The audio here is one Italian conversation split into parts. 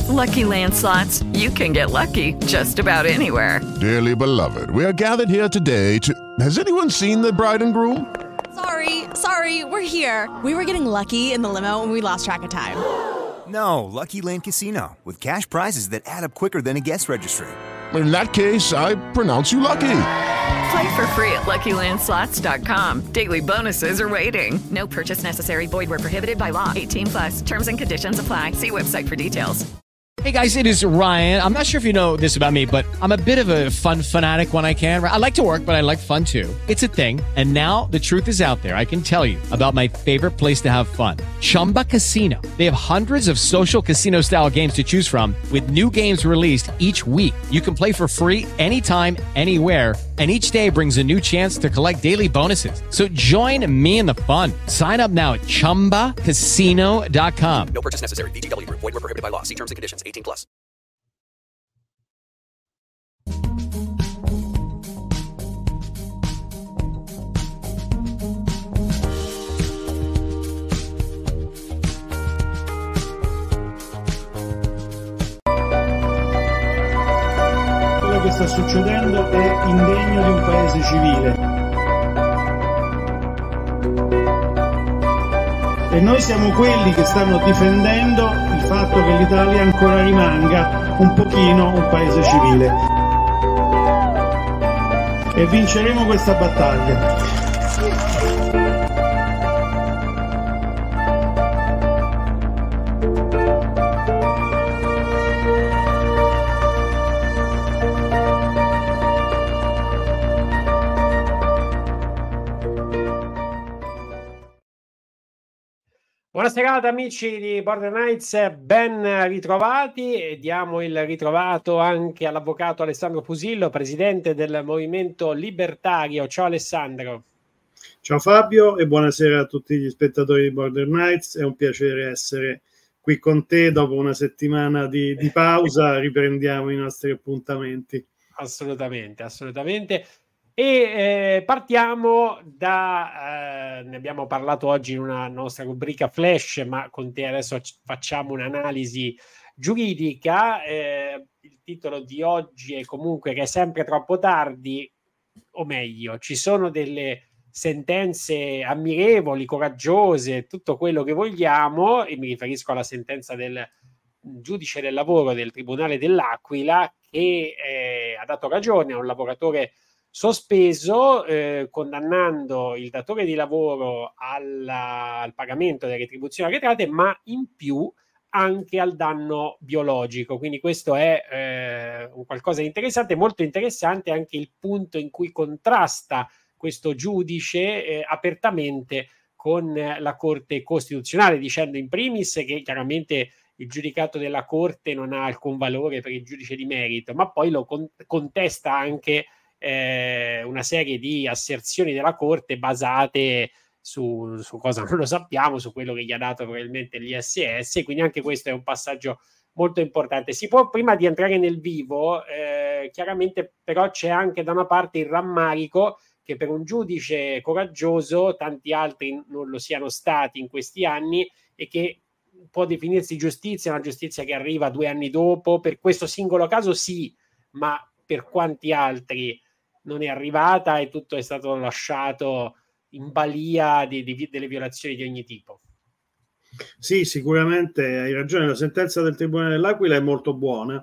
Lucky Land Slots, you can get lucky just about anywhere. Dearly beloved, we are gathered here today to... Has anyone seen the bride and groom? Sorry, we're here. We were getting lucky in the limo and we lost track of time. No, Lucky Land Casino, with cash prizes that add up quicker than a guest registry. In that case, I pronounce you lucky. Play for free at LuckyLandSlots.com. Daily bonuses are waiting. No purchase necessary. Void where prohibited by law. 18+. Terms and conditions apply. See website for details. Hey guys, it is Ryan. I'm not sure if you know this about me, but I'm a bit of a fun fanatic when I can. I like to work, but I like fun too. It's a thing. And now the truth is out there. I can tell you about my favorite place to have fun. Chumba Casino. They have hundreds of social casino style games to choose from with new games released each week. You can play for free anytime, anywhere. And each day brings a new chance to collect daily bonuses. So join me in the fun. Sign up now at ChumbaCasino.com. No purchase necessary. VGW Group. Void where prohibited by law. See terms and conditions. 18+. Quello che sta succedendo è indegno di un paese civile. E noi siamo quelli che stanno difendendo il fatto che l'Italia ancora rimanga un pochino un paese civile. E vinceremo questa battaglia. Buonasera amici di Border Knights, ben ritrovati e diamo il ritrovato anche all'avvocato Alessandro Fusillo, presidente del Movimento Libertario. Ciao Alessandro. Ciao Fabio e buonasera a tutti gli spettatori di Border Knights, è un piacere essere qui con te dopo una settimana di pausa, riprendiamo i nostri appuntamenti. Assolutamente. E partiamo da, ne abbiamo parlato oggi in una nostra rubrica flash, ma con te adesso facciamo un'analisi giuridica. Il titolo di oggi è comunque che è sempre troppo tardi, o meglio, ci sono delle sentenze ammirevoli, coraggiose, tutto quello che vogliamo, e mi riferisco alla sentenza del giudice del lavoro del Tribunale dell'Aquila che ha dato ragione a un lavoratore sospeso, condannando il datore di lavoro al pagamento delle retribuzioni arretrate, ma in più anche al danno biologico. Quindi questo è un qualcosa di interessante, molto interessante anche il punto in cui contrasta questo giudice apertamente con la Corte Costituzionale, dicendo in primis che chiaramente il giudicato della Corte non ha alcun valore per il giudice di merito, ma poi lo contesta anche una serie di asserzioni della Corte basate su cosa non lo sappiamo, su quello che gli ha dato probabilmente l'ISS, quindi anche questo è un passaggio molto importante. Si può, prima di entrare nel vivo, chiaramente però c'è anche da una parte il rammarico che per un giudice coraggioso tanti altri non lo siano stati in questi anni e che può definirsi giustizia, una giustizia che arriva 2 anni dopo, per questo singolo caso sì, ma per quanti altri non è arrivata e tutto è stato lasciato in balia delle violazioni di ogni tipo. Sì, sicuramente hai ragione, la sentenza del Tribunale dell'Aquila è molto buona.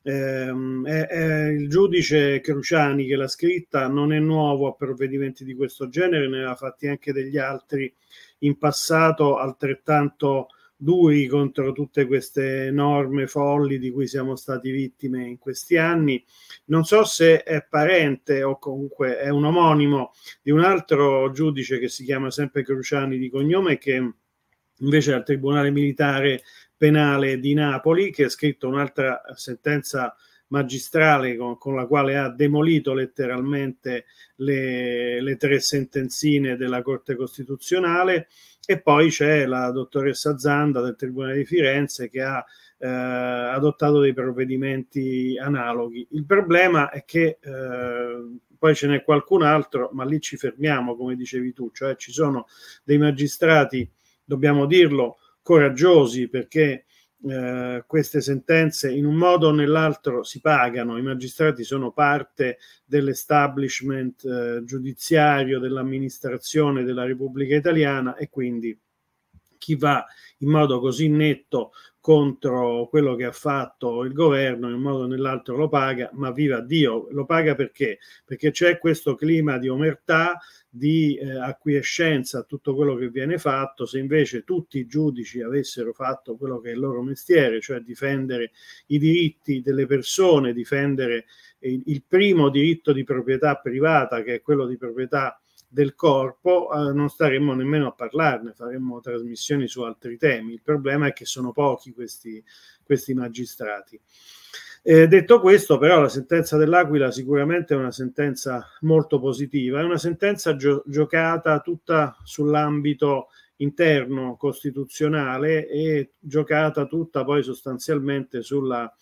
È il giudice Cruciani che l'ha scritta, non è nuovo a provvedimenti di questo genere, ne aveva fatti anche degli altri in passato altrettanto duri contro tutte queste norme folli di cui siamo stati vittime in questi anni. Non so se è parente o comunque è un omonimo di un altro giudice che si chiama sempre Cruciani di cognome, che invece al Tribunale Militare Penale di Napoli, che ha scritto un'altra sentenza magistrale con la quale ha demolito letteralmente le 3 sentenzine della Corte Costituzionale. E poi c'è la dottoressa Zanda del Tribunale di Firenze che ha adottato dei provvedimenti analoghi. Il problema è che poi ce n'è qualcun altro, ma lì ci fermiamo, come dicevi tu, cioè ci sono dei magistrati, dobbiamo dirlo, coraggiosi, perché queste sentenze in un modo o nell'altro si pagano, i magistrati sono parte dell'establishment giudiziario dell'amministrazione della Repubblica Italiana, e quindi chi va in modo così netto contro quello che ha fatto il governo in un modo o nell'altro lo paga, ma viva Dio, lo paga perché? Perché c'è questo clima di omertà, di acquiescenza a tutto quello che viene fatto. Se invece tutti i giudici avessero fatto quello che è il loro mestiere, cioè difendere i diritti delle persone, difendere il primo diritto di proprietà privata, che è quello di proprietà del corpo, non staremmo nemmeno a parlarne, faremmo trasmissioni su altri temi. Il problema è che sono pochi questi magistrati. Detto questo, però, la sentenza dell'Aquila sicuramente è una sentenza molto positiva, è una sentenza giocata tutta sull'ambito interno costituzionale e giocata tutta poi sostanzialmente sul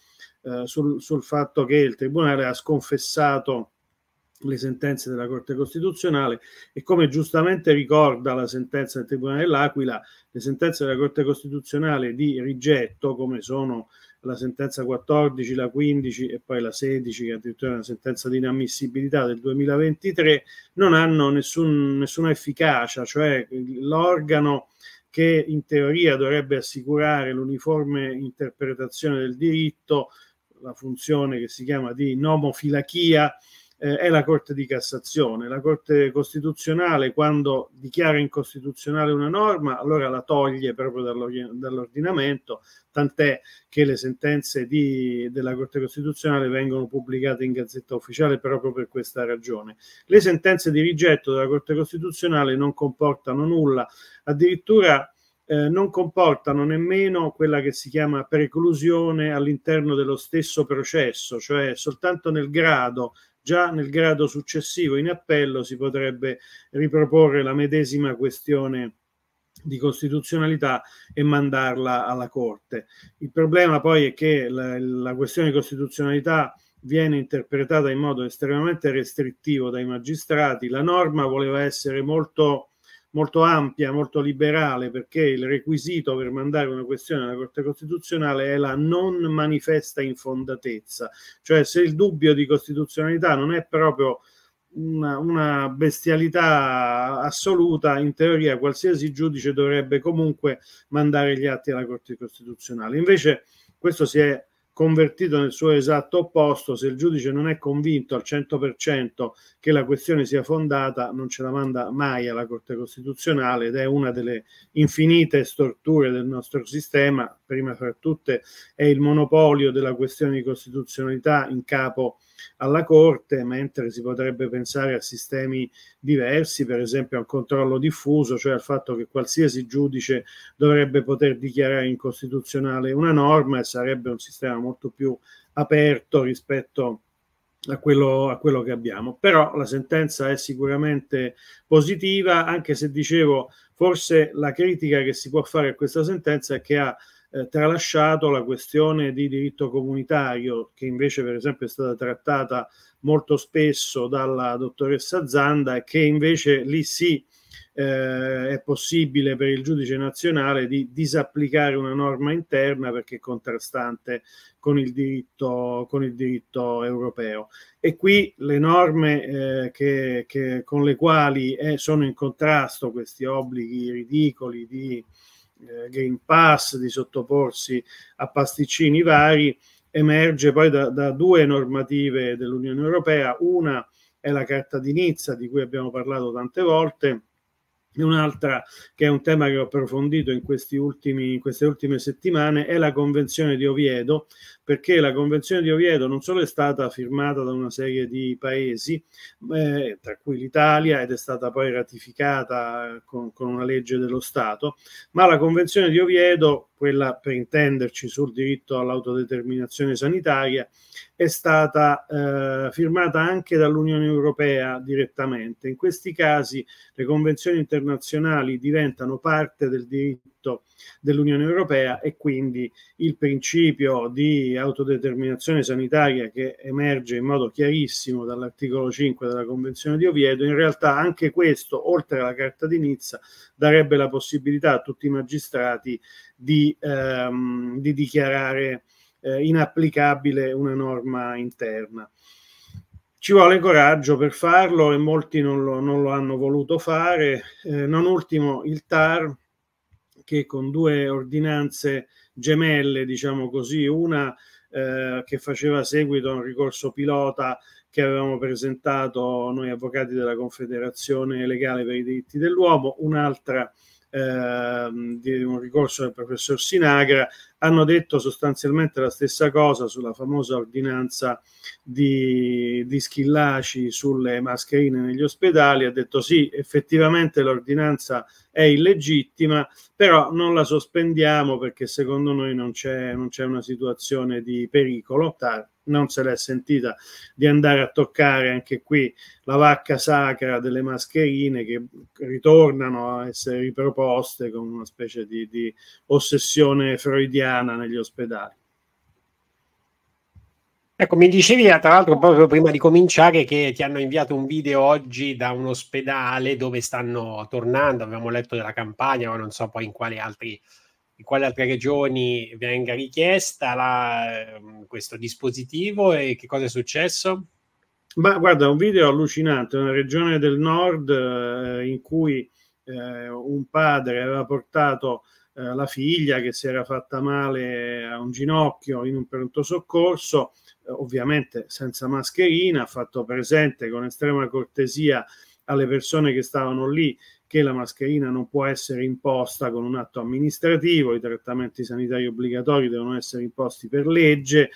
fatto che il Tribunale ha sconfessato le sentenze della Corte Costituzionale, e come giustamente ricorda la sentenza del Tribunale dell'Aquila, le sentenze della Corte Costituzionale di rigetto, come sono la sentenza 14, la 15 e poi la 16, che addirittura è una sentenza di inammissibilità del 2023, non hanno nessuna efficacia, cioè l'organo che in teoria dovrebbe assicurare l'uniforme interpretazione del diritto, la funzione che si chiama di nomofilachia, è la Corte di Cassazione. La Corte Costituzionale, quando dichiara incostituzionale una norma, allora la toglie proprio dall'ordinamento, tant'è che le sentenze della Corte Costituzionale vengono pubblicate in Gazzetta Ufficiale proprio per questa ragione. Le sentenze di rigetto della Corte Costituzionale non comportano nulla, addirittura non comportano nemmeno quella che si chiama preclusione all'interno dello stesso processo, cioè soltanto già nel grado successivo in appello si potrebbe riproporre la medesima questione di costituzionalità e mandarla alla Corte. Il problema poi è che la questione di costituzionalità viene interpretata in modo estremamente restrittivo dai magistrati. La norma voleva essere molto ampia, molto liberale, perché il requisito per mandare una questione alla Corte Costituzionale è la non manifesta infondatezza, cioè se il dubbio di costituzionalità non è proprio una bestialità assoluta, in teoria qualsiasi giudice dovrebbe comunque mandare gli atti alla Corte Costituzionale. Invece questo si è convertito nel suo esatto opposto. Se il giudice non è convinto al 100% che la questione sia fondata, non ce la manda mai alla Corte Costituzionale, ed è una delle infinite storture del nostro sistema. Prima fra tutte è il monopolio della questione di costituzionalità in capo alla Corte, mentre si potrebbe pensare a sistemi diversi, per esempio a un controllo diffuso, cioè al fatto che qualsiasi giudice dovrebbe poter dichiarare incostituzionale una norma, e sarebbe un sistema molto più aperto rispetto a quello che abbiamo. Però la sentenza è sicuramente positiva, anche se dicevo, forse la critica che si può fare a questa sentenza è che ha tralasciato la questione di diritto comunitario, che invece per esempio è stata trattata molto spesso dalla dottoressa Zanda, e che invece lì sì è possibile per il giudice nazionale di disapplicare una norma interna perché è contrastante con il diritto europeo. E qui le norme con le quali sono in contrasto questi obblighi ridicoli di Green Pass, di sottoporsi a pasticcini vari, emerge poi da due normative dell'Unione Europea. Una è la Carta di Nizza, di cui abbiamo parlato tante volte, e un'altra, che è un tema che ho approfondito in queste ultime settimane, è la Convenzione di Oviedo, perché la Convenzione di Oviedo non solo è stata firmata da una serie di paesi, tra cui l'Italia, ed è stata poi ratificata con una legge dello Stato, ma la Convenzione di Oviedo, quella per intenderci sul diritto all'autodeterminazione sanitaria, è stata firmata anche dall'Unione Europea direttamente. In questi casi le convenzioni internazionali diventano parte del diritto diritto dell'Unione Europea, e quindi il principio di autodeterminazione sanitaria che emerge in modo chiarissimo dall'articolo 5 della Convenzione di Oviedo. In realtà anche questo, oltre alla Carta di Nizza, darebbe la possibilità a tutti i magistrati di dichiarare inapplicabile una norma interna. Ci vuole coraggio per farlo e molti non lo hanno voluto fare, non ultimo il TAR, che con due ordinanze gemelle, diciamo così, una che faceva seguito a un ricorso pilota che avevamo presentato noi avvocati della Confederazione Legale per i Diritti dell'Uomo, un'altra di un ricorso del professor Sinagra, hanno detto sostanzialmente la stessa cosa sulla famosa ordinanza di Schillaci sulle mascherine negli ospedali. Ha detto sì, effettivamente l'ordinanza è illegittima, però non la sospendiamo perché secondo noi non c'è una situazione di pericolo. Non se l'è sentita di andare a toccare anche qui la vacca sacra delle mascherine, che ritornano a essere riproposte con una specie di ossessione freudiana negli ospedali. Ecco, mi dicevi tra l'altro proprio prima di cominciare che ti hanno inviato un video oggi da un ospedale dove stanno tornando, avevamo letto della Campania, ma non so poi in quali altre regioni venga richiesta questo dispositivo, e che cosa è successo? Ma guarda, un video allucinante, una regione del nord in cui un padre aveva portato la figlia che si era fatta male a un ginocchio in un pronto soccorso, ovviamente senza mascherina, ha fatto presente con estrema cortesia alle persone che stavano lì che la mascherina non può essere imposta con un atto amministrativo, i trattamenti sanitari obbligatori devono essere imposti per legge,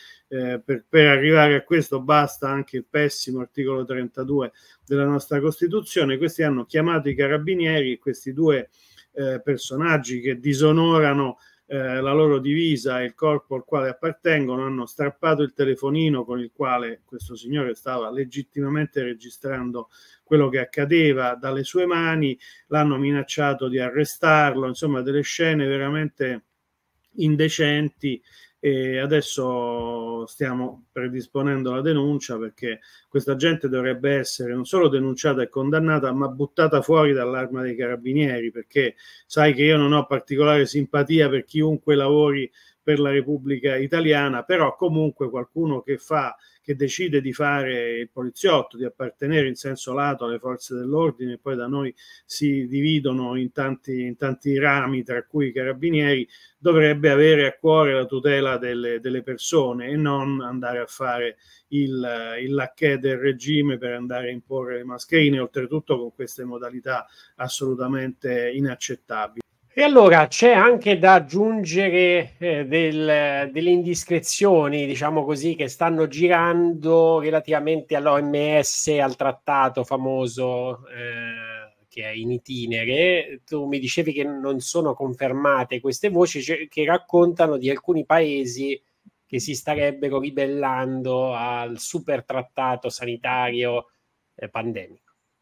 per arrivare a questo basta anche il pessimo articolo 32 della nostra Costituzione. Questi hanno chiamato i carabinieri, e questi due personaggi che disonorano la loro divisa e il corpo al quale appartengono hanno strappato il telefonino con il quale questo signore stava legittimamente registrando quello che accadeva dalle sue mani, l'hanno minacciato di arrestarlo, insomma delle scene veramente indecenti, e adesso stiamo predisponendo la denuncia perché questa gente dovrebbe essere non solo denunciata e condannata, ma buttata fuori dall'Arma dei Carabinieri, perché sai che io non ho particolare simpatia per chiunque lavori per la Repubblica Italiana, però comunque qualcuno che decide di fare il poliziotto, di appartenere in senso lato alle forze dell'ordine, e poi da noi si dividono in tanti rami, tra cui i carabinieri, dovrebbe avere a cuore la tutela delle persone e non andare a fare il lacchè del regime per andare a imporre le mascherine, oltretutto con queste modalità assolutamente inaccettabili. E allora c'è anche da aggiungere delle indiscrezioni, diciamo così, che stanno girando relativamente all'OMS, al trattato famoso che è in itinere. Tu mi dicevi che non sono confermate queste voci, che raccontano di alcuni paesi che si starebbero ribellando al super trattato sanitario pandemico.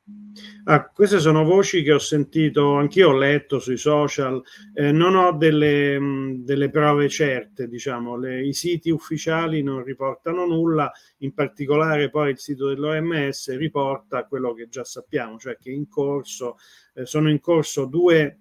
Queste sono voci che ho sentito, anch'io ho letto sui social, non ho delle prove certe, diciamo, i siti ufficiali non riportano nulla, in particolare poi il sito dell'OMS riporta quello che già sappiamo, cioè che sono in corso due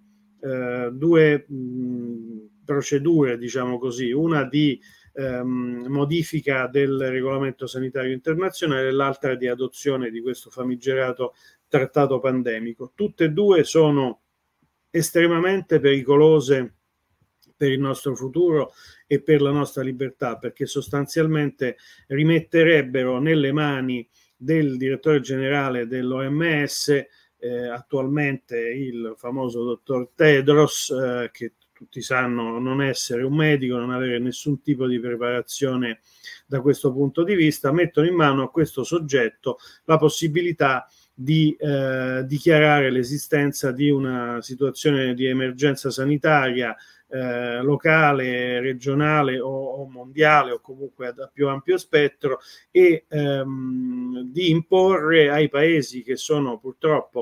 procedure, diciamo così, una di modifica del regolamento sanitario internazionale e l'altra di adozione di questo famigerato trattato pandemico. Tutte e due sono estremamente pericolose per il nostro futuro e per la nostra libertà, perché sostanzialmente rimetterebbero nelle mani del direttore generale dell'OMS, attualmente il famoso dottor Tedros, che tutti sanno non essere un medico, non avere nessun tipo di preparazione da questo punto di vista, mettono in mano a questo soggetto la possibilità di dichiarare l'esistenza di una situazione di emergenza sanitaria locale, regionale o mondiale, o comunque a più ampio spettro, e di imporre ai paesi che sono purtroppo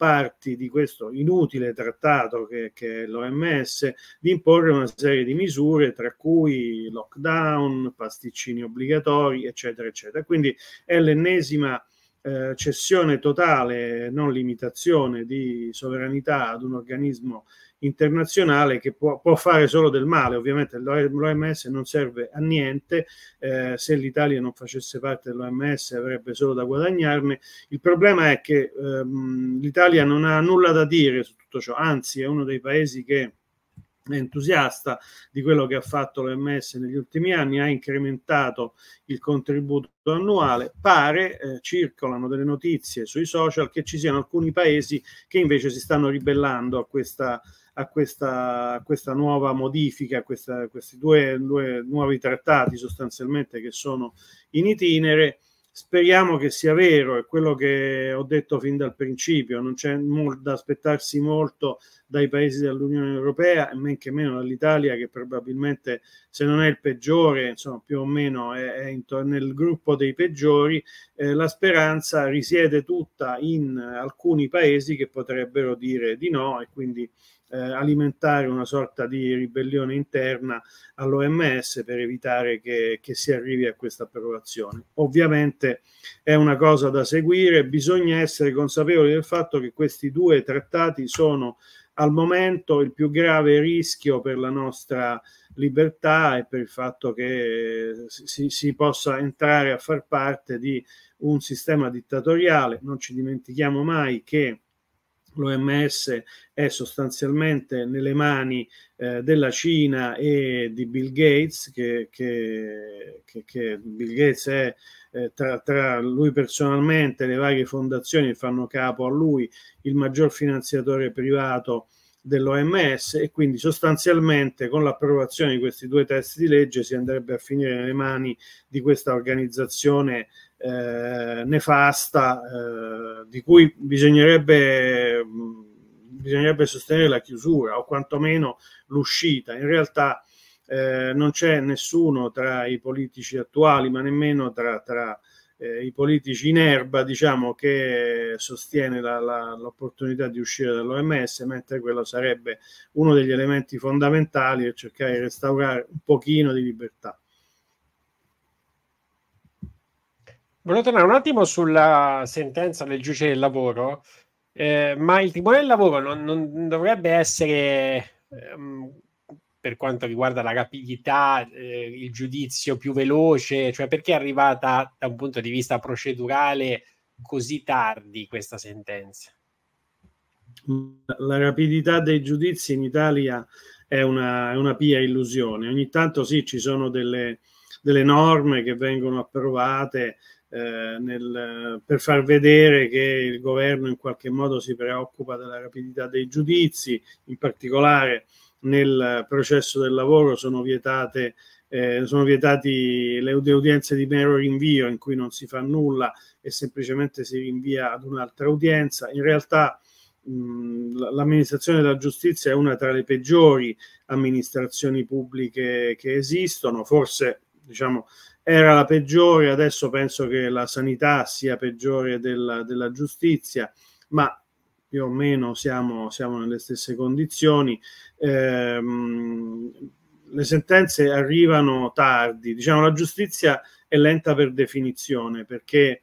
parti di questo inutile trattato che è l'OMS, di imporre una serie di misure, tra cui lockdown, pasticcini obbligatori, eccetera, eccetera. Quindi è l'ennesima cessione totale, non limitazione di sovranità ad un organismo internazionale che può fare solo del male. Ovviamente l'OMS non serve a niente, se l'Italia non facesse parte dell'OMS avrebbe solo da guadagnarne. Il problema è che l'Italia non ha nulla da dire su tutto ciò, anzi è uno dei paesi che è entusiasta di quello che ha fatto l'OMS negli ultimi anni, ha incrementato il contributo annuale. Pare, circolano delle notizie sui social, che ci siano alcuni paesi che invece si stanno ribellando a questa nuova modifica, questi due nuovi trattati sostanzialmente che sono in itinere. Speriamo che sia vero, è quello che ho detto fin dal principio, non c'è da aspettarsi molto dai paesi dell'Unione Europea e men che meno dall'Italia, che probabilmente, se non è il peggiore, insomma più o meno è nel gruppo dei peggiori. La speranza risiede tutta in alcuni paesi che potrebbero dire di no e quindi alimentare una sorta di ribellione interna all'OMS per evitare che si arrivi a questa approvazione. Ovviamente è una cosa da seguire, bisogna essere consapevoli del fatto che questi due trattati sono al momento il più grave rischio per la nostra libertà e per il fatto che si possa entrare a far parte di un sistema dittatoriale. Non ci dimentichiamo mai che l'OMS è sostanzialmente nelle mani della Cina e di Bill Gates, che Bill Gates è tra lui personalmente, le varie fondazioni che fanno capo a lui, il maggior finanziatore privato dell'OMS, e quindi sostanzialmente con l'approvazione di questi due testi di legge si andrebbe a finire nelle mani di questa organizzazione nefasta, di cui bisognerebbe sostenere la chiusura o quantomeno l'uscita. In realtà non c'è nessuno tra i politici attuali, ma nemmeno tra i politici in erba, diciamo, che sostiene l'opportunità di uscire dall'OMS, mentre quello sarebbe uno degli elementi fondamentali per cercare di restaurare un pochino di libertà. Volevo tornare un attimo sulla sentenza del giudice del lavoro, ma il Tribunale del Lavoro non dovrebbe essere, per quanto riguarda la rapidità, il giudizio più veloce? Cioè, perché è arrivata da un punto di vista procedurale così tardi questa sentenza? La rapidità dei giudizi in Italia è una pia illusione. Ogni tanto sì, ci sono delle norme che vengono approvate per far vedere che il governo in qualche modo si preoccupa della rapidità dei giudizi. In particolare nel processo del lavoro sono vietati le udienze di mero rinvio, in cui non si fa nulla e semplicemente si rinvia ad un'altra udienza. In realtà l'amministrazione della giustizia è una tra le peggiori amministrazioni pubbliche che esistono, forse, diciamo, era la peggiore, adesso penso che la sanità sia peggiore della giustizia, ma più o meno siamo nelle stesse condizioni. Le sentenze arrivano tardi, diciamo, la giustizia è lenta per definizione, perché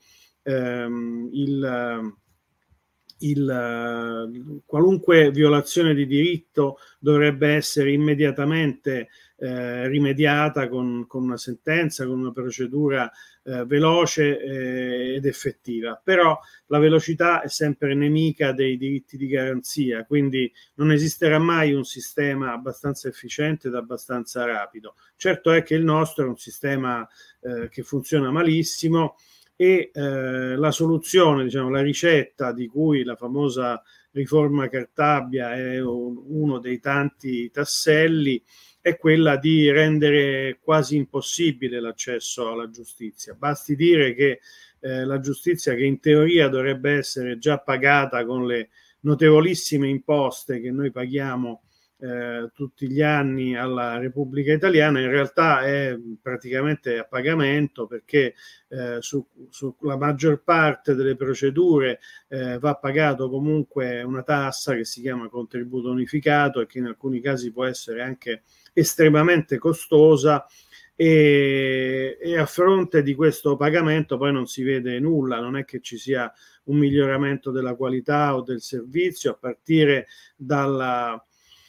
qualunque violazione di diritto dovrebbe essere immediatamente rimediata con una sentenza, con una procedura veloce ed effettiva. Però la velocità è sempre nemica dei diritti di garanzia, quindi non esisterà mai un sistema abbastanza efficiente ed abbastanza rapido. Certo è che il nostro è un sistema che funziona malissimo, e la soluzione, diciamo, la ricetta di cui la famosa riforma Cartabia è uno dei tanti tasselli, è quella di rendere quasi impossibile l'accesso alla giustizia. Basti dire che la giustizia, che in teoria dovrebbe essere già pagata con le notevolissime imposte che noi paghiamo tutti gli anni alla Repubblica Italiana, in realtà è praticamente a pagamento, perché sulla maggior parte delle procedure va pagato comunque una tassa che si chiama contributo unificato e che in alcuni casi può essere anche estremamente costosa, e a fronte di questo pagamento poi non si vede nulla, non è che ci sia un miglioramento della qualità o del servizio, a partire dalla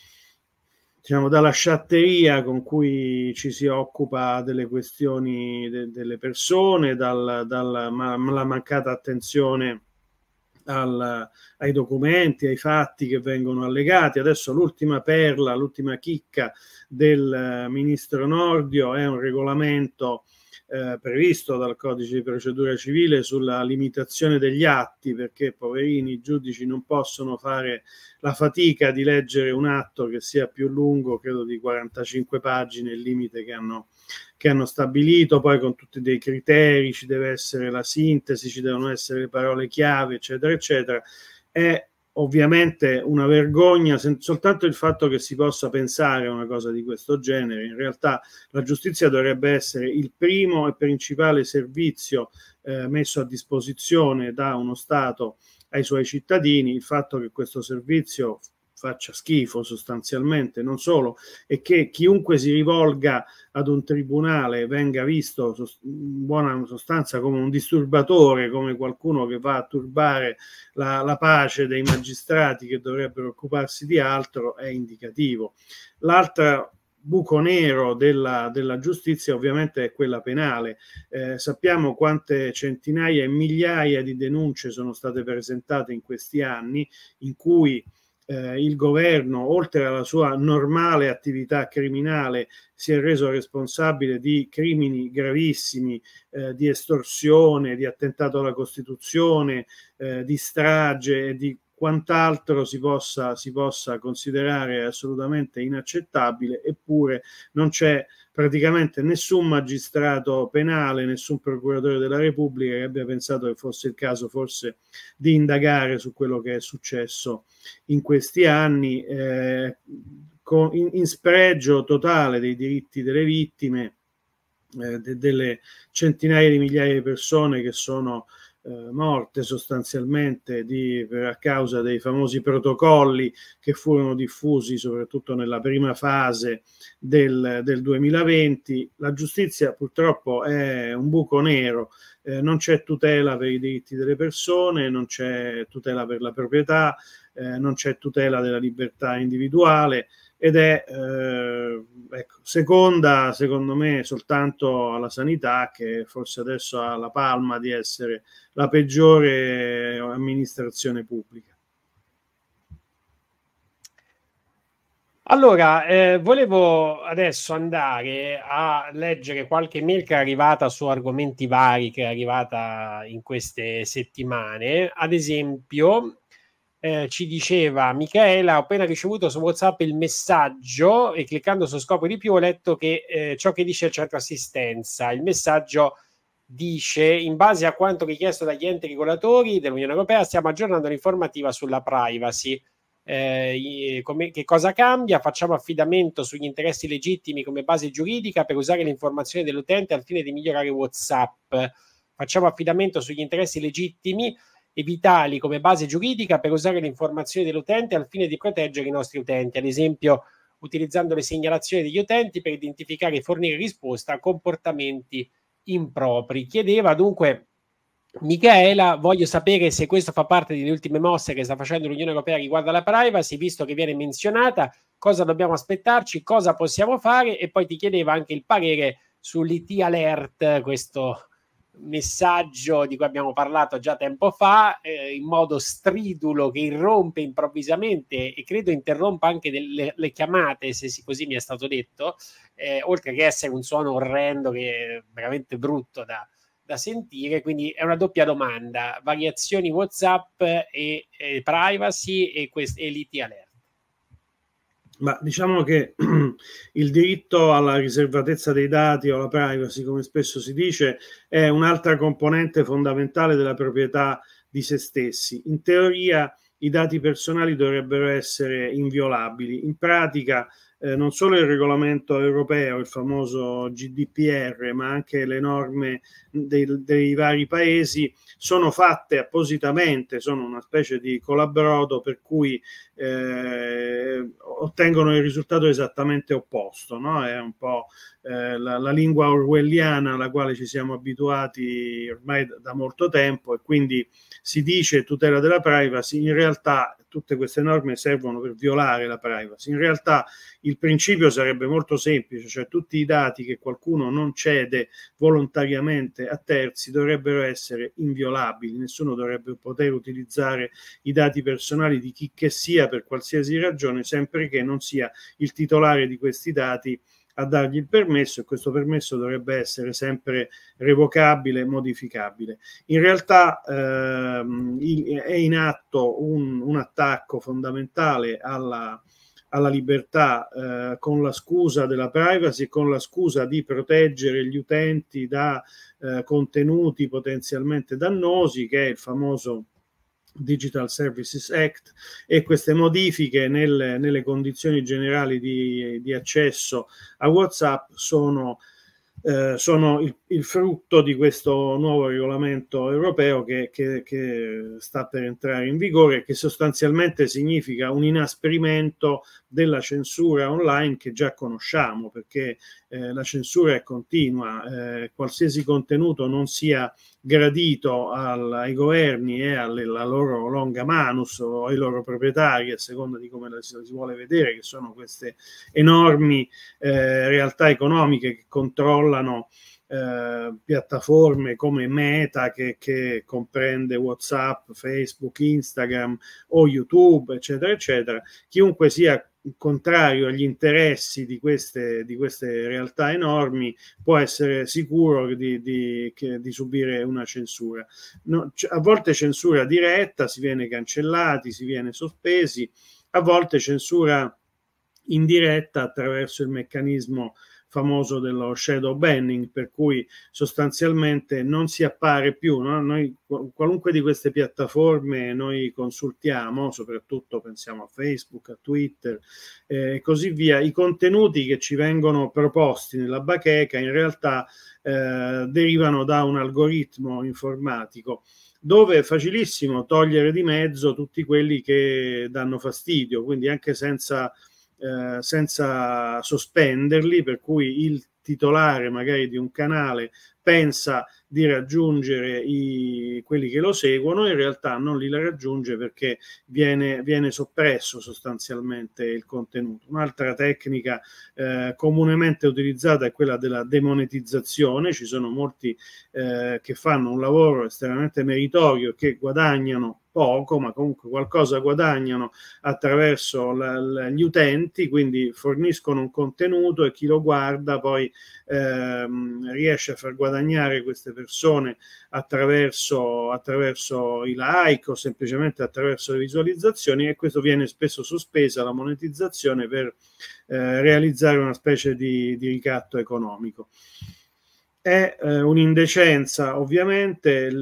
sciatteria con cui ci si occupa delle questioni delle persone, dalla mancata attenzione ai documenti, ai fatti che vengono allegati. Adesso l'ultima perla, l'ultima chicca del ministro Nordio è un regolamento previsto dal Codice di Procedura Civile sulla limitazione degli atti, perché poverini i giudici non possono fare la fatica di leggere un atto che sia più lungo, credo di 45 pagine, il limite che hanno stabilito, poi con tutti dei criteri, ci deve essere la sintesi, ci devono essere le parole chiave, eccetera, eccetera. È ovviamente una vergogna soltanto il fatto che si possa pensare a una cosa di questo genere. In realtà la giustizia dovrebbe essere il primo e principale servizio messo a disposizione da uno Stato ai suoi cittadini. Il fatto che questo servizio faccia schifo sostanzialmente, non solo, e che chiunque si rivolga ad un tribunale venga visto in buona sostanza come un disturbatore, come qualcuno che va a turbare la pace dei magistrati che dovrebbero occuparsi di altro, è indicativo. L'altra buco nero della giustizia ovviamente è quella penale. Sappiamo quante centinaia e migliaia di denunce sono state presentate in questi anni, in cui il governo, oltre alla sua normale attività criminale, si è reso responsabile di crimini gravissimi, di estorsione, di attentato alla Costituzione, di strage e di quant'altro si possa considerare assolutamente inaccettabile. Eppure non c'è praticamente nessun magistrato penale, nessun procuratore della Repubblica che abbia pensato che fosse il caso forse di indagare su quello che è successo in questi anni, in spregio totale dei diritti delle vittime, delle centinaia di migliaia di persone che sono morte sostanzialmente a causa dei famosi protocolli che furono diffusi soprattutto nella prima fase del 2020. La giustizia purtroppo è un buco nero, non c'è tutela per i diritti delle persone, non c'è tutela per la proprietà, non c'è tutela della libertà individuale, ed è seconda, secondo me, soltanto alla sanità, che forse adesso ha la palma di essere la peggiore amministrazione pubblica. Allora, volevo adesso andare a leggere qualche mail che è arrivata su argomenti vari, che è arrivata in queste settimane. Ad esempio, ci diceva Michaela: ho appena ricevuto su WhatsApp il messaggio e cliccando su scopri di più ho letto che ciò che dice il centro assistenza. Il messaggio dice: in base a quanto richiesto dagli enti regolatori dell'Unione Europea stiamo aggiornando l'informativa sulla privacy. Che cosa cambia? Facciamo affidamento sugli interessi legittimi come base giuridica per usare le informazioni dell'utente al fine di migliorare WhatsApp. Facciamo affidamento sugli interessi legittimi e vitali come base giuridica per usare le informazioni dell'utente al fine di proteggere i nostri utenti, ad esempio utilizzando le segnalazioni degli utenti per identificare e fornire risposta a comportamenti impropri. Chiedeva dunque Michaela: voglio sapere se questo fa parte delle ultime mosse che sta facendo l'Unione Europea riguardo alla privacy, visto che viene menzionata, cosa dobbiamo aspettarci, cosa possiamo fare, e poi ti chiedeva anche il parere sull'IT Alert, questo messaggio di cui abbiamo parlato già tempo fa, in modo stridulo, che irrompe improvvisamente e credo interrompa anche le chiamate, se così mi è stato detto, oltre che essere un suono orrendo che è veramente brutto da sentire. Quindi è una doppia domanda: variazioni WhatsApp e privacy e l'IT Alert. Ma diciamo che il diritto alla riservatezza dei dati o alla privacy, come spesso si dice, è un'altra componente fondamentale della proprietà di se stessi. In teoria i dati personali dovrebbero essere inviolabili. In pratica non solo il regolamento europeo, il famoso GDPR, ma anche le norme dei vari paesi sono fatte appositamente, sono una specie di colabrodo per cui ottengono il risultato esattamente opposto, no? È un po' la lingua orwelliana alla quale ci siamo abituati ormai da molto tempo, e quindi si dice tutela della privacy, in realtà tutte queste norme servono per violare la privacy. In realtà il principio sarebbe molto semplice, cioè tutti i dati che qualcuno non cede volontariamente a terzi dovrebbero essere inviolabili, nessuno dovrebbe poter utilizzare i dati personali di chi che sia per qualsiasi ragione, sempre che non sia il titolare di questi dati a dargli il permesso, e questo permesso dovrebbe essere sempre revocabile, modificabile. In realtà è in atto un attacco fondamentale alla libertà con la scusa della privacy e con la scusa di proteggere gli utenti da contenuti potenzialmente dannosi, che è il famoso Digital Services Act, e queste modifiche nelle condizioni generali di accesso a WhatsApp sono il frutto di questo nuovo regolamento europeo che sta per entrare in vigore, che sostanzialmente significa un inasprimento della censura online che già conosciamo, perché la censura è continua, qualsiasi contenuto non sia gradito ai governi e alla loro longa manus o ai loro proprietari, a seconda di come si vuole vedere, che sono queste enormi realtà economiche che controllano piattaforme come Meta, che comprende WhatsApp, Facebook, Instagram o YouTube, eccetera, eccetera. Chiunque sia contrario agli interessi di queste realtà enormi può essere sicuro di subire una censura. A volte censura diretta, si viene cancellati, si viene sospesi, a volte censura indiretta attraverso il meccanismo famoso dello shadow banning, per cui sostanzialmente non si appare più, no? Noi qualunque di queste piattaforme noi consultiamo, soprattutto pensiamo a Facebook, a Twitter e così via, i contenuti che ci vengono proposti nella bacheca in realtà derivano da un algoritmo informatico dove è facilissimo togliere di mezzo tutti quelli che danno fastidio, quindi anche senza sospenderli, per cui il titolare magari di un canale pensa di raggiungere quelli che lo seguono, in realtà non li raggiunge perché viene soppresso sostanzialmente il contenuto. Un'altra tecnica comunemente utilizzata è quella della demonetizzazione. Ci sono molti che fanno un lavoro estremamente meritorio, che guadagnano poco, ma comunque qualcosa guadagnano attraverso gli utenti, quindi forniscono un contenuto e chi lo guarda poi riesce a far guadagnare queste persone attraverso i like o semplicemente attraverso le visualizzazioni, e questo viene spesso sospesa la monetizzazione per realizzare una specie di ricatto economico. È un'indecenza, ovviamente.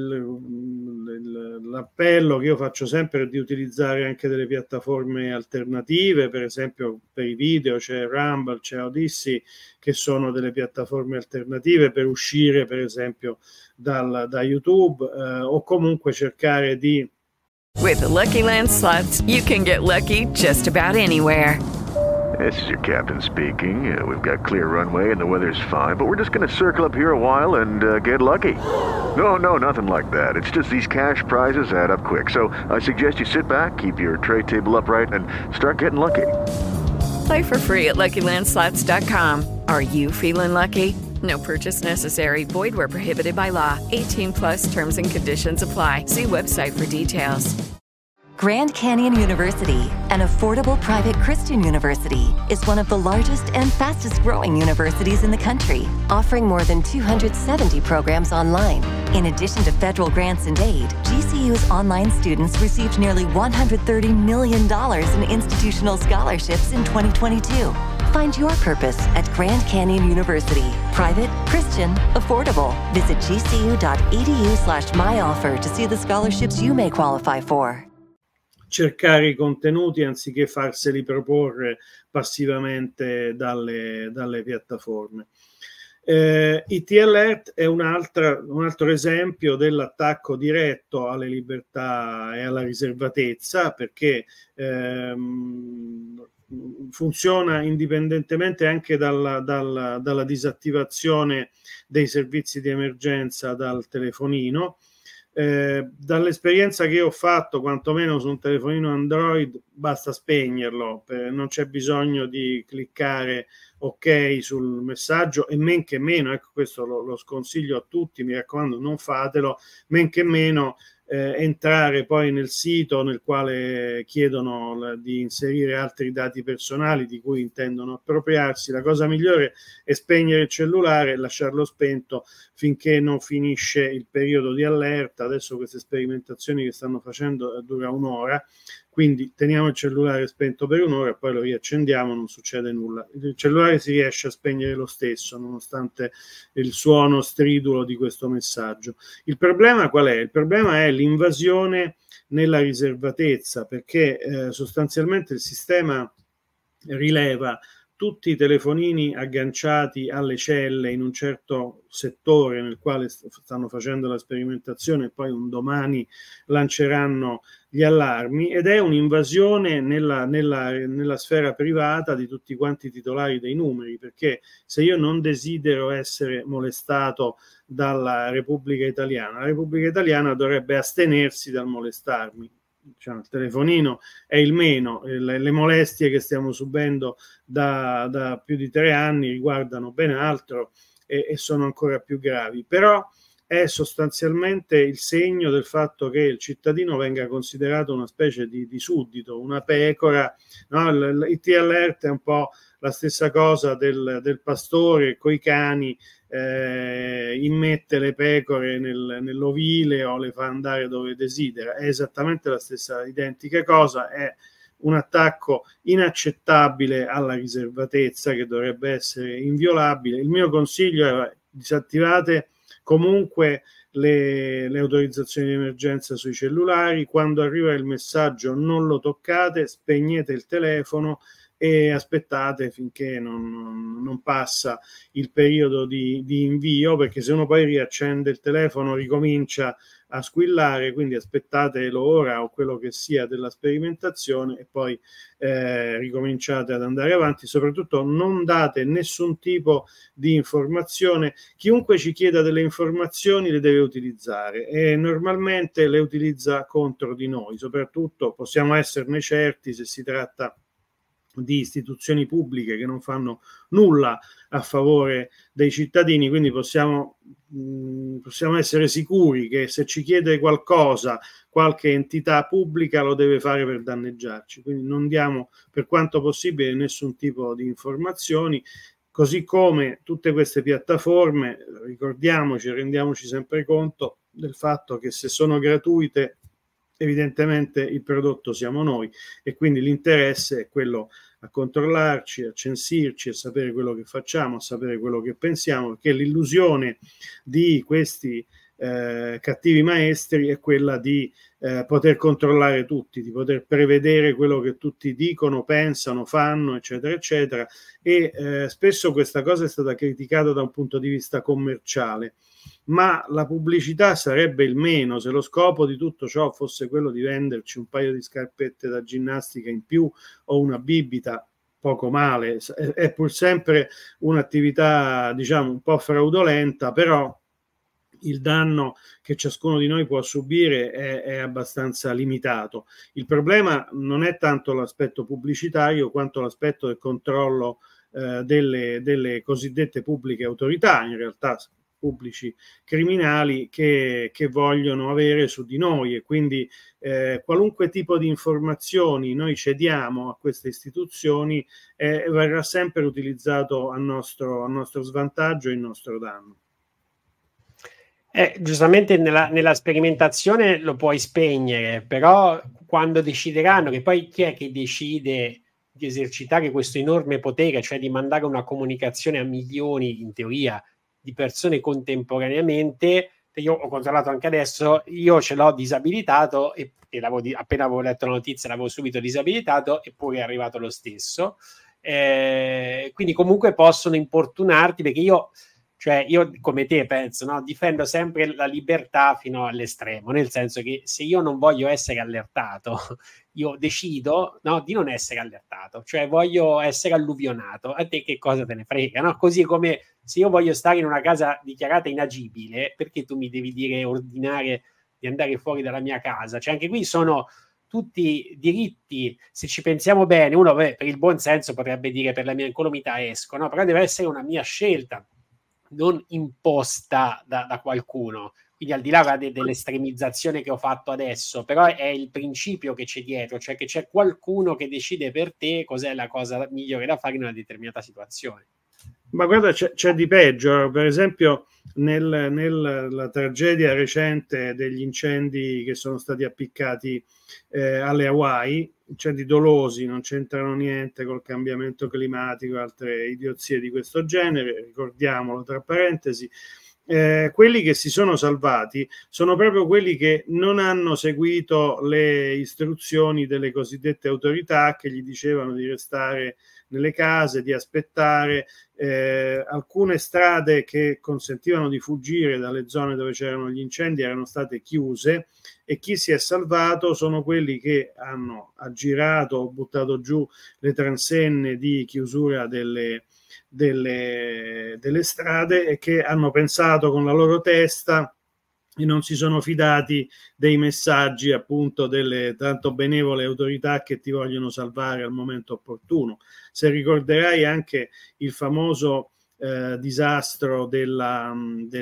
L'appello che io faccio sempre è di utilizzare anche delle piattaforme alternative, per esempio per i video c'è Rumble, c'è Odyssey, che sono delle piattaforme alternative per uscire per esempio da YouTube, o comunque cercare di... With the Lucky Land Slots, you can get lucky just about anywhere. This is your captain speaking. We've got clear runway and the weather's fine, but we're just going to circle up here a while and get lucky. No, nothing like that. It's just these cash prizes add up quick. So I suggest you sit back, keep your tray table upright, and start getting lucky. Play for free at LuckyLandSlots.com. Are you feeling lucky? No purchase necessary. Void where prohibited by law. 18+ terms and conditions apply. See website for details. Grand Canyon University, an affordable private Christian university, is one of the largest and fastest growing universities in the country, offering more than 270 programs online. In addition to federal grants and aid, GCU's online students received nearly $130 million in institutional scholarships in 2022. Find your purpose at Grand Canyon University. Private, Christian, affordable. Visit gcu.edu/myoffer to see the scholarships you may qualify for. cercare i contenuti anziché farseli proporre passivamente dalle piattaforme. IT Alert è un altro esempio dell'attacco diretto alle libertà e alla riservatezza, perché funziona indipendentemente anche dalla disattivazione dei servizi di emergenza dal telefonino. Dall'esperienza che io ho fatto, quantomeno su un telefonino Android, basta spegnerlo, non c'è bisogno di cliccare ok sul messaggio, e men che meno, ecco, questo lo sconsiglio a tutti, mi raccomando, non fatelo, men che meno entrare poi nel sito nel quale chiedono di inserire altri dati personali di cui intendono appropriarsi. La cosa migliore è spegnere il cellulare e lasciarlo spento finché non finisce il periodo di allerta. Adesso queste sperimentazioni che stanno facendo dura un'ora, quindi teniamo il cellulare spento per un'ora, poi lo riaccendiamo, non succede nulla. Il cellulare si riesce a spegnere lo stesso, nonostante il suono stridulo di questo messaggio. Il problema qual è? Il problema è l'invasione nella riservatezza, perché sostanzialmente il sistema rileva tutti i telefonini agganciati alle celle in un certo settore nel quale stanno facendo la sperimentazione e poi un domani lanceranno gli allarmi, ed è un'invasione nella sfera privata di tutti quanti i titolari dei numeri, perché se io non desidero essere molestato dalla Repubblica Italiana, la Repubblica Italiana dovrebbe astenersi dal molestarmi. Diciamo, il telefonino è il meno, le molestie che stiamo subendo da più di 3 anni riguardano ben altro e sono ancora più gravi, però è sostanzialmente il segno del fatto che il cittadino venga considerato una specie di suddito, una pecora, no? IT Alert è un po' la stessa cosa del pastore coi cani, immette le pecore nell'ovile o le fa andare dove desidera. È esattamente la stessa identica cosa, è un attacco inaccettabile alla riservatezza che dovrebbe essere inviolabile. Il mio consiglio è: disattivate comunque le autorizzazioni di emergenza sui cellulari, quando arriva il messaggio non lo toccate, spegnete il telefono e aspettate finché non passa il periodo di invio, perché se uno poi riaccende il telefono ricomincia a squillare, quindi aspettate l'ora o quello che sia della sperimentazione e poi ricominciate ad andare avanti. Soprattutto non date nessun tipo di informazione. Chiunque ci chieda delle informazioni le deve utilizzare e normalmente le utilizza contro di noi. Soprattutto possiamo esserne certi se si tratta di istituzioni pubbliche che non fanno nulla a favore dei cittadini, quindi possiamo essere sicuri che se ci chiede qualcosa qualche entità pubblica lo deve fare per danneggiarci, quindi non diamo per quanto possibile nessun tipo di informazioni, così come tutte queste piattaforme. Ricordiamoci, rendiamoci sempre conto del fatto che se sono gratuite evidentemente il prodotto siamo noi e quindi l'interesse è quello a controllarci, a censirci, a sapere quello che facciamo, a sapere quello che pensiamo, perché l'illusione di questi cattivi maestri è quella di poter controllare tutti, di poter prevedere quello che tutti dicono, pensano, fanno, eccetera, eccetera, e spesso questa cosa è stata criticata da un punto di vista commerciale, ma la pubblicità sarebbe il meno se lo scopo di tutto ciò fosse quello di venderci un paio di scarpette da ginnastica in più o una bibita. Poco male, è pur sempre un'attività diciamo un po' fraudolenta, però il danno che ciascuno di noi può subire è abbastanza limitato. Il problema non è tanto l'aspetto pubblicitario quanto l'aspetto del controllo delle cosiddette pubbliche autorità, in realtà pubblici criminali che vogliono avere su di noi, e quindi qualunque tipo di informazioni noi cediamo a queste istituzioni verrà sempre utilizzato a nostro svantaggio e in nostro danno. Giustamente nella sperimentazione lo puoi spegnere, però quando decideranno, che poi chi è che decide di esercitare questo enorme potere, cioè di mandare una comunicazione a milioni, in teoria, di persone contemporaneamente, io ho controllato anche adesso, io ce l'ho disabilitato e appena avevo letto la notizia l'avevo subito disabilitato, eppure è arrivato lo stesso. Quindi comunque possono importunarti, perché io come te penso, no? Difendo sempre la libertà fino all'estremo, nel senso che se io non voglio essere allertato, io decido, no, di non essere allertato, cioè voglio essere alluvionato, a te che cosa te ne frega, no? Così come se io voglio stare in una casa dichiarata inagibile, perché tu mi devi ordinare di andare fuori dalla mia casa? Cioè anche qui sono tutti diritti, se ci pensiamo bene, uno per il buon senso potrebbe dire per la mia incolumità esco, no? Però deve essere una mia scelta, non imposta da qualcuno. Quindi al di là dell'estremizzazione che ho fatto adesso, però è il principio che c'è dietro, cioè che c'è qualcuno che decide per te cos'è la cosa migliore da fare in una determinata situazione. Ma guarda, c'è di peggio. Per esempio nella tragedia recente degli incendi che sono stati appiccati alle Hawaii, incendi dolosi, non c'entrano niente col cambiamento climatico e altre idiozie di questo genere, ricordiamolo tra parentesi. Quelli che si sono salvati sono proprio quelli che non hanno seguito le istruzioni delle cosiddette autorità, che gli dicevano di restare nelle case, di aspettare. Alcune strade che consentivano di fuggire dalle zone dove c'erano gli incendi erano state chiuse, e chi si è salvato sono quelli che hanno aggirato o buttato giù le transenne di chiusura delle strade, e che hanno pensato con la loro testa e non si sono fidati dei messaggi appunto delle tanto benevole autorità che ti vogliono salvare al momento opportuno. Se ricorderai anche il famoso disastro della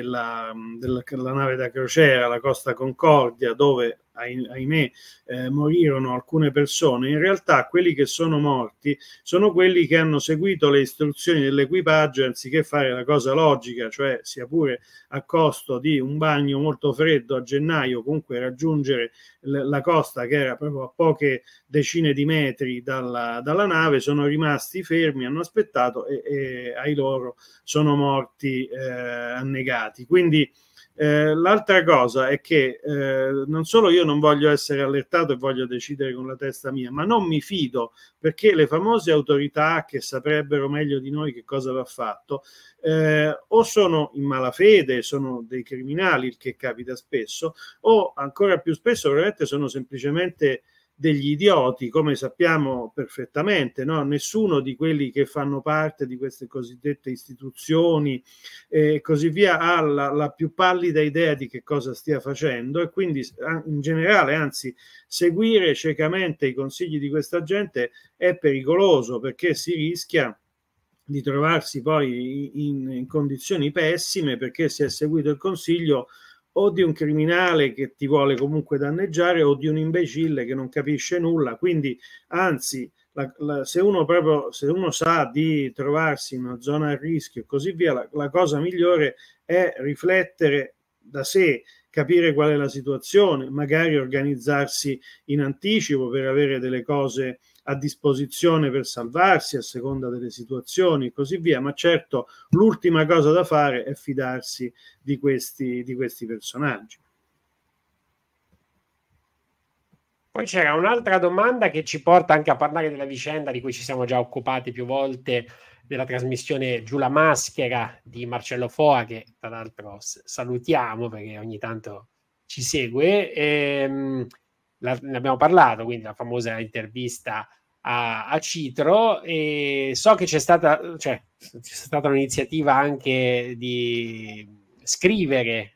nave da crociera, la Costa Concordia, dove ahimè morirono alcune persone. In realtà quelli che sono morti sono quelli che hanno seguito le istruzioni dell'equipaggio, anziché fare la cosa logica, cioè sia pure a costo di un bagno molto freddo a gennaio, comunque raggiungere la costa, che era proprio a poche decine di metri dalla nave. Sono rimasti fermi, hanno aspettato e ai loro sono morti annegati. Quindi l'altra cosa è che non solo io non voglio essere allertato e voglio decidere con la testa mia, ma non mi fido, perché le famose autorità che saprebbero meglio di noi che cosa va fatto o sono in malafede, sono dei criminali, il che capita spesso, o ancora più spesso veramente sono semplicemente degli idioti, come sappiamo perfettamente, no? Nessuno di quelli che fanno parte di queste cosiddette istituzioni e così via ha la più pallida idea di che cosa stia facendo, e quindi in generale, anzi, seguire ciecamente i consigli di questa gente è pericoloso, perché si rischia di trovarsi poi in condizioni pessime, perché si è seguito il consiglio o di un criminale che ti vuole comunque danneggiare, o di un imbecille che non capisce nulla. Quindi anzi, se uno sa di trovarsi in una zona a rischio e così via, la cosa migliore è riflettere da sé, capire qual è la situazione, magari organizzarsi in anticipo per avere delle cose a disposizione per salvarsi a seconda delle situazioni e così via. Ma certo, l'ultima cosa da fare è fidarsi di questi personaggi. Poi c'era un'altra domanda che ci porta anche a parlare della vicenda di cui ci siamo già occupati più volte, della trasmissione Giù la maschera di Marcello Foa, che tra l'altro salutiamo perché ogni tanto ci segue. Ne abbiamo parlato, quindi la famosa intervista a Citro, e so che c'è stata un'iniziativa anche di scrivere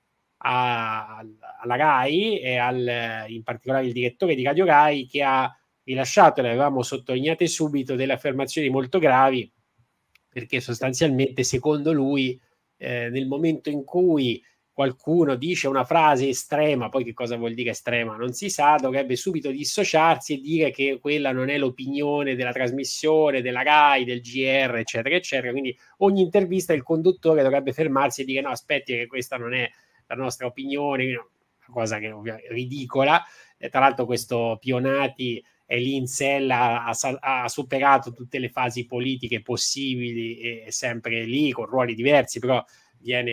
alla RAI e in particolare il direttore di Radio RAI, che ha rilasciato, le avevamo sottolineate subito, delle affermazioni molto gravi, perché sostanzialmente secondo lui nel momento in cui qualcuno dice una frase estrema, poi che cosa vuol dire estrema non si sa, dovrebbe subito dissociarsi e dire che quella non è l'opinione della trasmissione, della RAI, del GR, eccetera, eccetera. Quindi ogni intervista il conduttore dovrebbe fermarsi e dire no, aspetti che questa non è la nostra opinione, una cosa che è ridicola. Tra l'altro questo Pionati è lì in sella, ha superato tutte le fasi politiche possibili, e sempre lì con ruoli diversi, però viene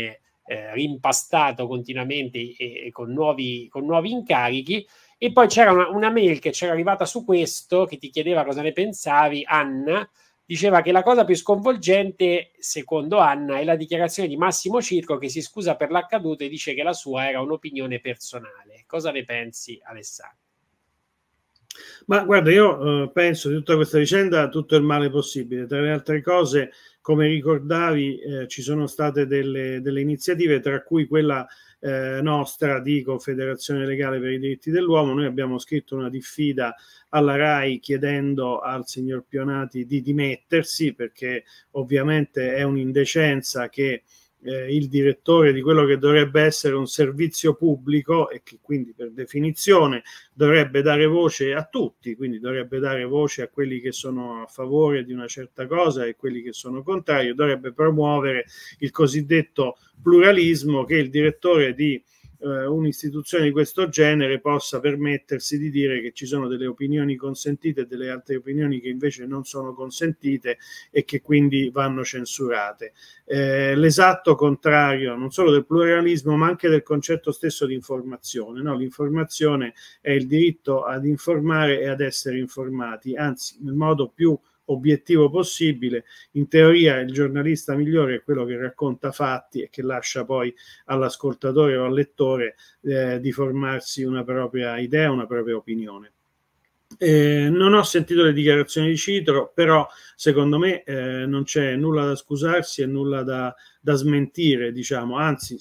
rimpastato continuamente e con nuovi incarichi. E poi c'era una mail che c'era arrivata su questo, che ti chiedeva cosa ne pensavi. Anna diceva che la cosa più sconvolgente, secondo Anna, è la dichiarazione di Massimo Circo, che si scusa per l'accaduto e dice che la sua era un'opinione personale. Cosa ne pensi, Alessandro? Ma guarda, io penso di tutta questa vicenda tutto il male possibile. Tra le altre cose, come ricordavi, ci sono state delle iniziative, tra cui quella nostra di Confederazione Legale per i Diritti dell'Uomo. Noi abbiamo scritto una diffida alla RAI chiedendo al signor Pionati di dimettersi, perché ovviamente è un'indecenza che il direttore di quello che dovrebbe essere un servizio pubblico, e che quindi per definizione dovrebbe dare voce a tutti, quindi dovrebbe dare voce a quelli che sono a favore di una certa cosa e quelli che sono contrari, dovrebbe promuovere il cosiddetto pluralismo, che il direttore di un'istituzione di questo genere possa permettersi di dire che ci sono delle opinioni consentite e delle altre opinioni che invece non sono consentite e che quindi vanno censurate. L'esatto contrario non solo del pluralismo ma anche del concetto stesso di informazione, no? L'informazione è il diritto ad informare e ad essere informati, anzi nel modo più obiettivo possibile. In teoria il giornalista migliore è quello che racconta fatti e che lascia poi all'ascoltatore o al lettore di formarsi una propria idea, una propria opinione. Non ho sentito le dichiarazioni di Citro, però secondo me non c'è nulla da scusarsi e nulla da smentire, diciamo, anzi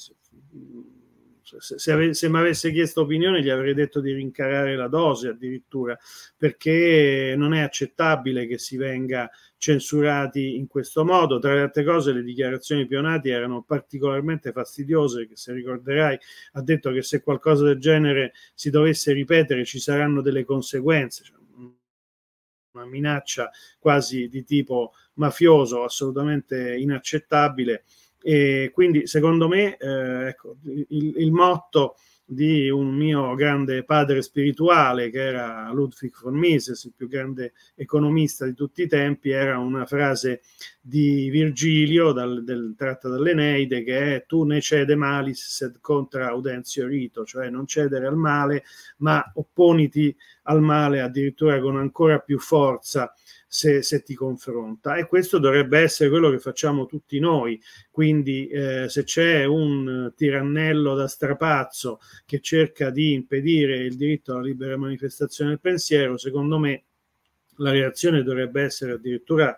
se mi avesse chiesto opinione gli avrei detto di rincarare la dose addirittura, perché non è accettabile che si venga censurati in questo modo. Tra le altre cose le dichiarazioni di Pionati erano particolarmente fastidiose, perché se ricorderai ha detto che se qualcosa del genere si dovesse ripetere ci saranno delle conseguenze, cioè una minaccia quasi di tipo mafioso, assolutamente inaccettabile. E quindi secondo me ecco, il motto di un mio grande padre spirituale, che era Ludwig von Mises, il più grande economista di tutti i tempi, era una frase di Virgilio tratta dall'Eneide, che è "tu ne cede malis sed contra audentio rito", cioè non cedere al male ma opponiti al male addirittura con ancora più forza se ti confronta. E questo dovrebbe essere quello che facciamo tutti noi. Quindi se c'è un tirannello da strapazzo che cerca di impedire il diritto alla libera manifestazione del pensiero, secondo me la reazione dovrebbe essere addirittura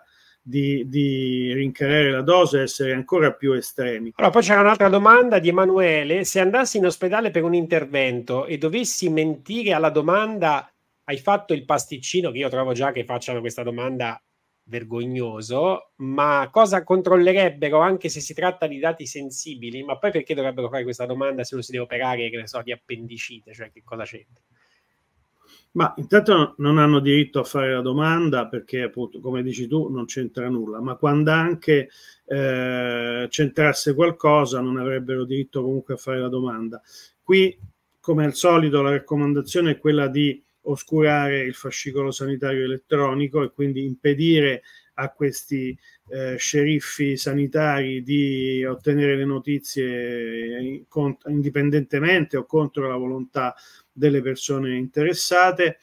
di rincarare la dose e essere ancora più estremi. Allora, poi c'era un'altra domanda di Emanuele: se andassi in ospedale per un intervento e dovessi mentire alla domanda "hai fatto il pasticcino", che io trovo già che facciano questa domanda vergognoso, ma cosa controllerebbero, anche se si tratta di dati sensibili? Ma poi perché dovrebbero fare questa domanda se uno si deve operare, che ne so, di appendicite? Cioè, che cosa c'entra? Ma intanto non hanno diritto a fare la domanda, perché appunto, come dici tu, non c'entra nulla, ma quando anche c'entrasse qualcosa non avrebbero diritto comunque a fare la domanda. Qui, come al solito, la raccomandazione è quella di oscurare il fascicolo sanitario elettronico e quindi impedire a questi sceriffi sanitari di ottenere le notizie indipendentemente o contro la volontà delle persone interessate.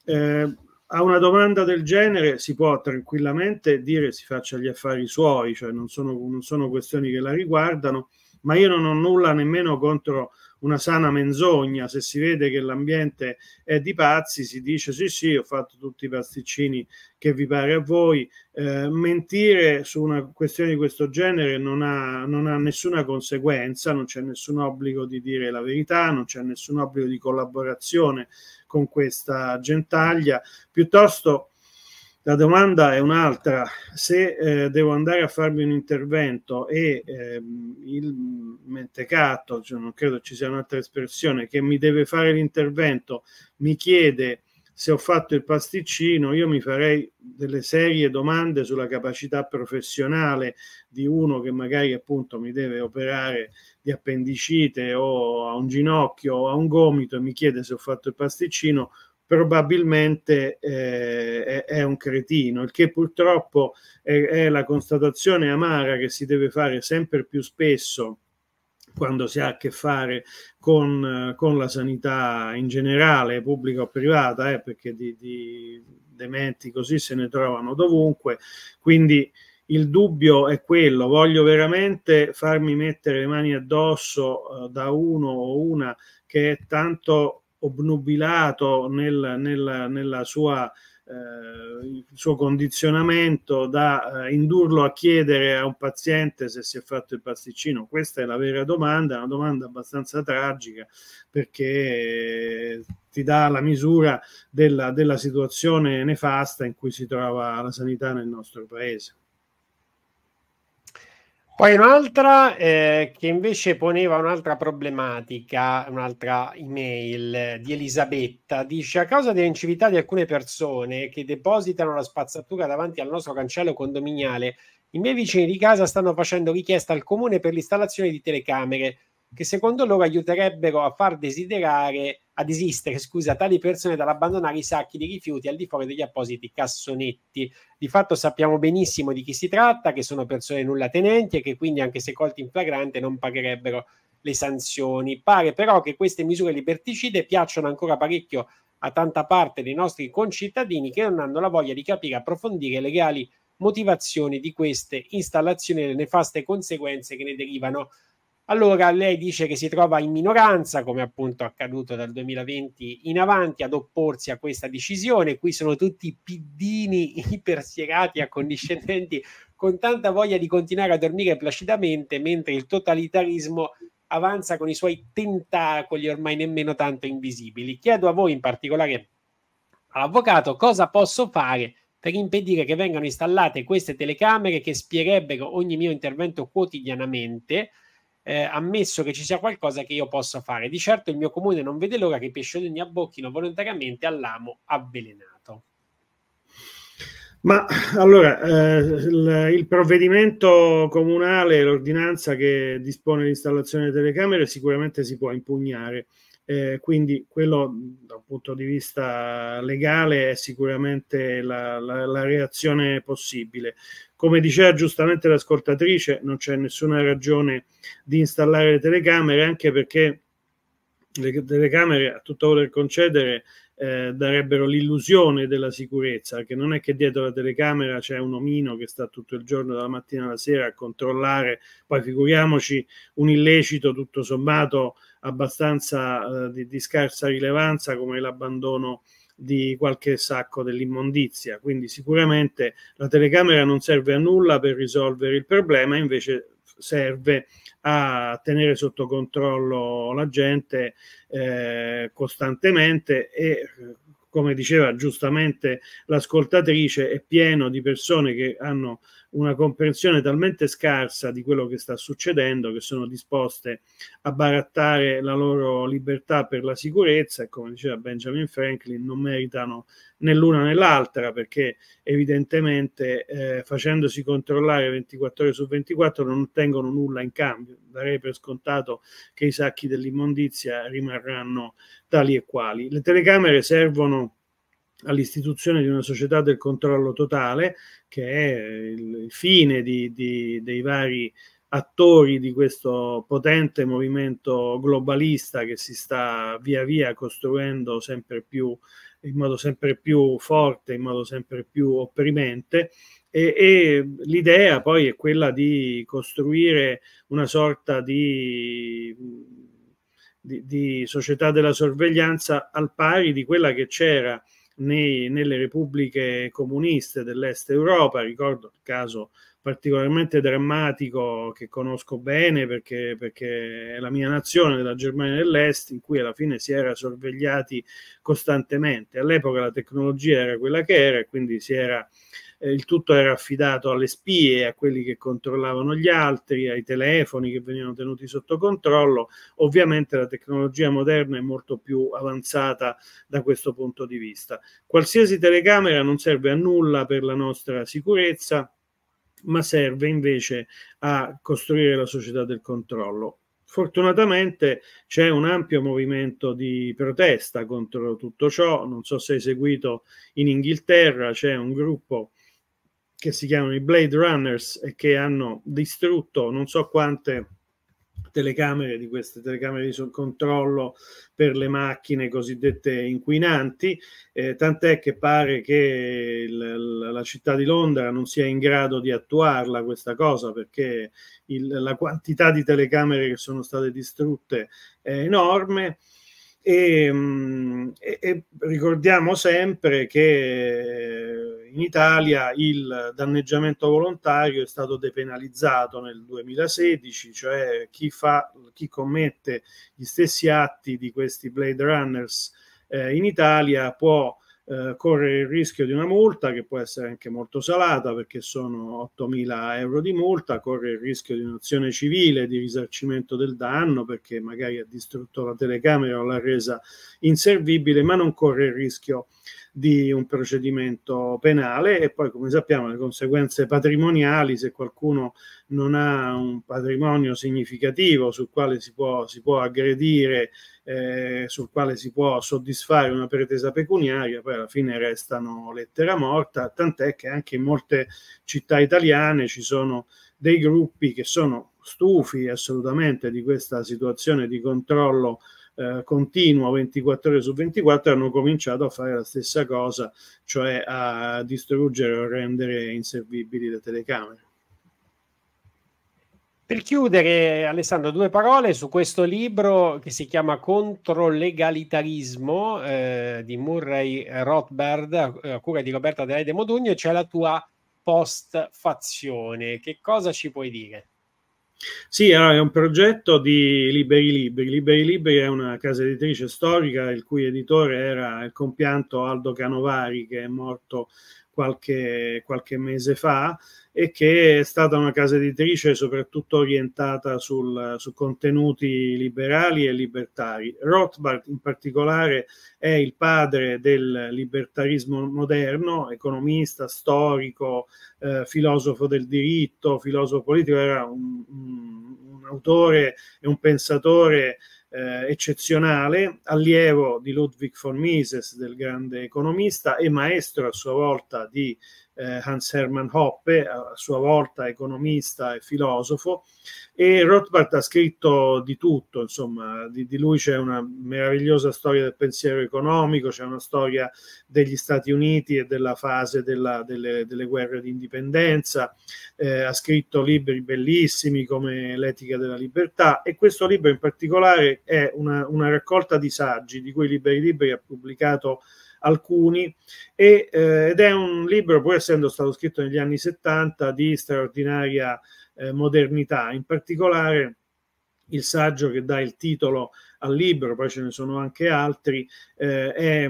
A una domanda del genere si può tranquillamente dire si faccia gli affari suoi, cioè non sono questioni che la riguardano, ma io non ho nulla nemmeno contro una sana menzogna. Se si vede che l'ambiente è di pazzi, si dice sì, ho fatto tutti i pasticcini che vi pare a voi. Mentire su una questione di questo genere non ha nessuna conseguenza, non c'è nessun obbligo di dire la verità, non c'è nessun obbligo di collaborazione con questa gentaglia. Piuttosto la domanda è un'altra: se devo andare a farmi un intervento e il mentecato, cioè non credo ci sia un'altra espressione, che mi deve fare l'intervento mi chiede se ho fatto il pasticcino, io mi farei delle serie domande sulla capacità professionale di uno che magari appunto mi deve operare di appendicite o a un ginocchio o a un gomito e mi chiede se ho fatto il pasticcino. Probabilmente è un cretino, il che purtroppo è la constatazione amara che si deve fare sempre più spesso quando si ha a che fare con la sanità in generale, pubblica o privata, perché di dementi così se ne trovano dovunque. Quindi il dubbio è quello: voglio veramente farmi mettere le mani addosso da uno o una che è tanto obnubilato nella sua il suo condizionamento da indurlo a chiedere a un paziente se si è fatto il pasticcino? Questa è la vera domanda, una domanda abbastanza tragica, perché ti dà la misura della situazione nefasta in cui si trova la sanità nel nostro paese. Poi un'altra che invece poneva un'altra problematica, un'altra email di Elisabetta, dice: a causa dell'inciviltà di alcune persone che depositano la spazzatura davanti al nostro cancello condominiale, i miei vicini di casa stanno facendo richiesta al comune per l'installazione di telecamere che secondo loro aiuterebbero a far desistere tali persone dall'abbandonare i sacchi di rifiuti al di fuori degli appositi cassonetti. Di fatto sappiamo benissimo di chi si tratta, che sono persone nulla tenenti e che quindi, anche se colti in flagrante, non pagherebbero le sanzioni. Pare però che queste misure liberticide piacciono ancora parecchio a tanta parte dei nostri concittadini, che non hanno la voglia di capire e approfondire le reali motivazioni di queste installazioni e le nefaste conseguenze che ne derivano. Allora, lei dice che si trova in minoranza, come appunto accaduto dal 2020 in avanti, ad opporsi a questa decisione. Qui sono tutti piddini ipersiegati, accondiscendenti, con tanta voglia di continuare a dormire placidamente, mentre il totalitarismo avanza con i suoi tentacoli ormai nemmeno tanto invisibili. Chiedo a voi, in particolare all'avvocato, cosa posso fare per impedire che vengano installate queste telecamere che spierebbero ogni mio intervento quotidianamente, ammesso che ci sia qualcosa che io possa fare. Di certo il mio comune non vede l'ora che i pesciolini abbocchino volontariamente all'amo avvelenato. Ma allora, il provvedimento comunale, l'ordinanza che dispone l'installazione delle telecamere, sicuramente si può impugnare. Quindi quello da un punto di vista legale è sicuramente la reazione possibile. Come diceva giustamente l'ascoltatrice, non c'è nessuna ragione di installare le telecamere, anche perché le telecamere, a tutto voler concedere, darebbero l'illusione della sicurezza, che non è che dietro la telecamera c'è un omino che sta tutto il giorno dalla mattina alla sera a controllare. Poi figuriamoci un illecito tutto sommato abbastanza di scarsa rilevanza come l'abbandono di qualche sacco dell'immondizia. Quindi sicuramente la telecamera non serve a nulla per risolvere il problema, invece serve a tenere sotto controllo la gente costantemente, e come diceva giustamente l'ascoltatrice, è pieno di persone che hanno una comprensione talmente scarsa di quello che sta succedendo che sono disposte a barattare la loro libertà per la sicurezza, e come diceva Benjamin Franklin, non meritano né l'una né l'altra, perché evidentemente facendosi controllare 24 ore su 24 non ottengono nulla in cambio. Darei per scontato che i sacchi dell'immondizia rimarranno tali e quali. Le telecamere servono all'istituzione di una società del controllo totale, che è il fine dei vari attori di questo potente movimento globalista che si sta via via costruendo sempre più, in modo sempre più forte, in modo sempre più opprimente. E l'idea poi è quella di costruire una sorta di società della sorveglianza al pari di quella che c'era nelle repubbliche comuniste dell'Est Europa. Ricordo il caso particolarmente drammatico che conosco bene perché è la mia nazione, della Germania dell'Est, in cui alla fine si era sorvegliati costantemente. All'epoca la tecnologia era quella che era, e quindi il tutto era affidato alle spie, a quelli che controllavano gli altri, ai telefoni che venivano tenuti sotto controllo. Ovviamente la tecnologia moderna è molto più avanzata da questo punto di vista. Qualsiasi telecamera non serve a nulla per la nostra sicurezza, ma serve invece a costruire la società del controllo. Fortunatamente c'è un ampio movimento di protesta contro tutto ciò. Non so se hai seguito, in Inghilterra c'è un gruppo che si chiamano i Blade Runners e che hanno distrutto non so quante telecamere, di queste telecamere di controllo per le macchine cosiddette inquinanti, tant'è che pare che la città di Londra non sia in grado di attuarla questa cosa, perché la quantità di telecamere che sono state distrutte è enorme. E ricordiamo sempre che in Italia il danneggiamento volontario è stato depenalizzato nel 2016, cioè chi commette gli stessi atti di questi Blade Runners in Italia può correre il rischio di una multa che può essere anche molto salata, perché sono 8.000 euro di multa, corre il rischio di un'azione civile di risarcimento del danno perché magari ha distrutto la telecamera o l'ha resa inservibile, ma non corre il rischio di un procedimento penale. E poi, come sappiamo, le conseguenze patrimoniali, se qualcuno non ha un patrimonio significativo sul quale si può aggredire, sul quale si può soddisfare una pretesa pecuniaria, poi alla fine restano lettera morta, tant'è che anche in molte città italiane ci sono dei gruppi che sono stufi assolutamente di questa situazione di controllo continuo 24 ore su 24, hanno cominciato a fare la stessa cosa, cioè a distruggere o rendere inservibili le telecamere. Per chiudere, Alessandro, 2 parole su questo libro che si chiama Controlegalitarismo di Murray Rothbard, a cura di Roberta Adelaide Modugno, e c'è la tua postfazione. Che cosa ci puoi dire? Sì, allora, è un progetto di Liberi Libri. Liberi Libri è una casa editrice storica il cui editore era il compianto Aldo Canovari, che è morto qualche mese fa, e che è stata una casa editrice soprattutto orientata su contenuti liberali e libertari. Rothbard in particolare è il padre del libertarismo moderno, economista, storico, filosofo del diritto, filosofo politico, era un autore e un pensatore eccezionale, allievo di Ludwig von Mises, del grande economista, e maestro a sua volta di Hans Hermann Hoppe, a sua volta economista e filosofo. E Rothbard ha scritto di tutto, insomma, di lui c'è una meravigliosa storia del pensiero economico, c'è una storia degli Stati Uniti e della fase delle guerre di indipendenza, ha scritto libri bellissimi come L'etica della libertà, e questo libro in particolare è una raccolta di saggi di cui Liberi Libri ha pubblicato alcuni, ed è un libro, pur essendo stato scritto negli anni 70, di straordinaria modernità. In particolare il saggio che dà il titolo al libro, poi ce ne sono anche altri, è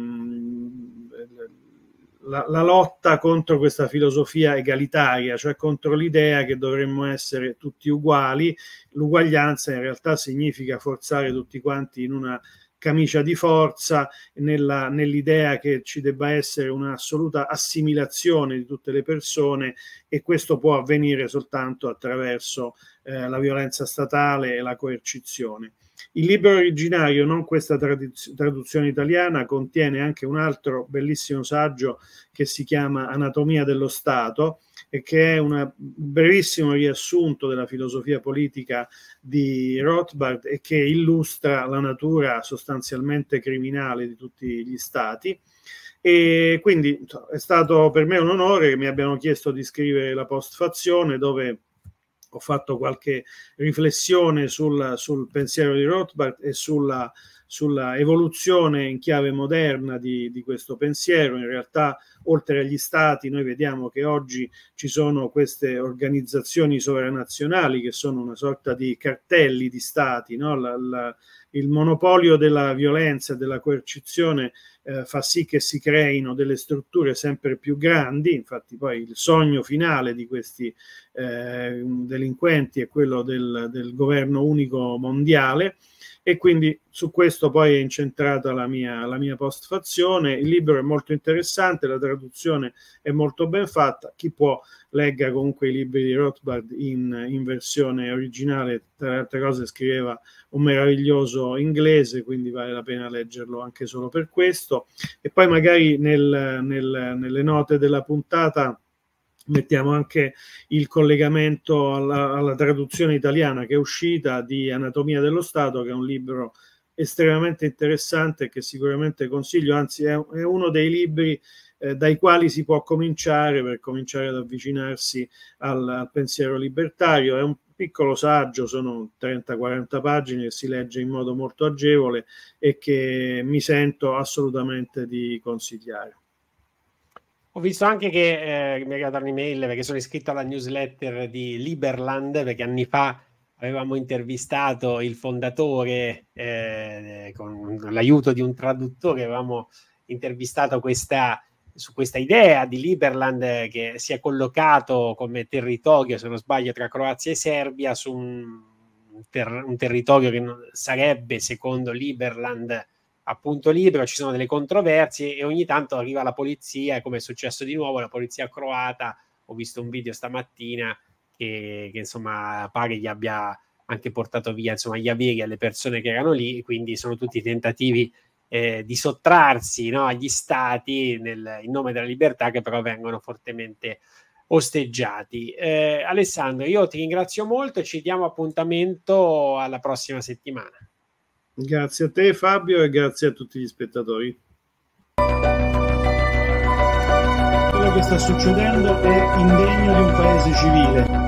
la lotta contro questa filosofia egalitaria, cioè contro l'idea che dovremmo essere tutti uguali. L'uguaglianza in realtà significa forzare tutti quanti in una camicia di forza, nell'idea che ci debba essere un'assoluta assimilazione di tutte le persone, e questo può avvenire soltanto attraverso la violenza statale e la coercizione. Il libro originario, non questa traduzione italiana, contiene anche un altro bellissimo saggio che si chiama Anatomia dello Stato, e che è un brevissimo riassunto della filosofia politica di Rothbard e che illustra la natura sostanzialmente criminale di tutti gli stati. E quindi è stato per me un onore che mi abbiano chiesto di scrivere la postfazione, dove ho fatto qualche riflessione sul pensiero di Rothbard e sulla evoluzione in chiave moderna di questo pensiero. In realtà, oltre agli stati, noi vediamo che oggi ci sono queste organizzazioni sovranazionali che sono una sorta di cartelli di stati, no? Il monopolio della violenza e della coercizione fa sì che si creino delle strutture sempre più grandi. Infatti poi il sogno finale di questi delinquenti è quello del governo unico mondiale, e quindi su questo poi è incentrata la mia postfazione. Il libro è molto interessante, la traduzione è molto ben fatta, chi può legga comunque i libri di Rothbard in versione originale. Tra le altre cose scriveva un meraviglioso inglese, quindi vale la pena leggerlo anche solo per questo. E poi magari nelle note della puntata mettiamo anche il collegamento alla traduzione italiana che è uscita di Anatomia dello Stato, che è un libro estremamente interessante che sicuramente consiglio, anzi è uno dei libri dai quali si può cominciare per cominciare ad avvicinarsi al pensiero libertario. È un piccolo saggio, sono 30-40 pagine, che si legge in modo molto agevole e che mi sento assolutamente di consigliare. Ho visto anche che mi è arrivata un'email perché sono iscritto alla newsletter di Liberland, perché anni fa avevamo intervistato il fondatore con l'aiuto di un traduttore, avevamo intervistato su questa idea di Liberland che si è collocato come territorio, se non sbaglio, tra Croazia e Serbia, su un territorio che sarebbe, secondo Liberland, appunto libero. Ci sono delle controversie e ogni tanto arriva la polizia, come è successo di nuovo, la polizia croata. Ho visto un video stamattina che insomma pare gli abbia anche portato via insomma gli averi alle persone che erano lì, quindi sono tutti tentativi di sottrarsi, no, agli stati in nome della libertà, che però vengono fortemente osteggiati. Alessandro, io ti ringrazio molto e ci diamo appuntamento alla prossima settimana. Grazie a te Fabio e grazie a tutti gli spettatori. Quello che sta succedendo è indegno di un paese civile.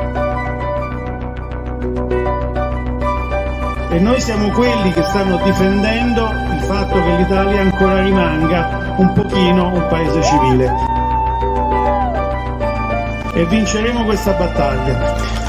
E noi siamo quelli che stanno difendendo il fatto che l'Italia ancora rimanga un pochino un paese civile. E vinceremo questa battaglia.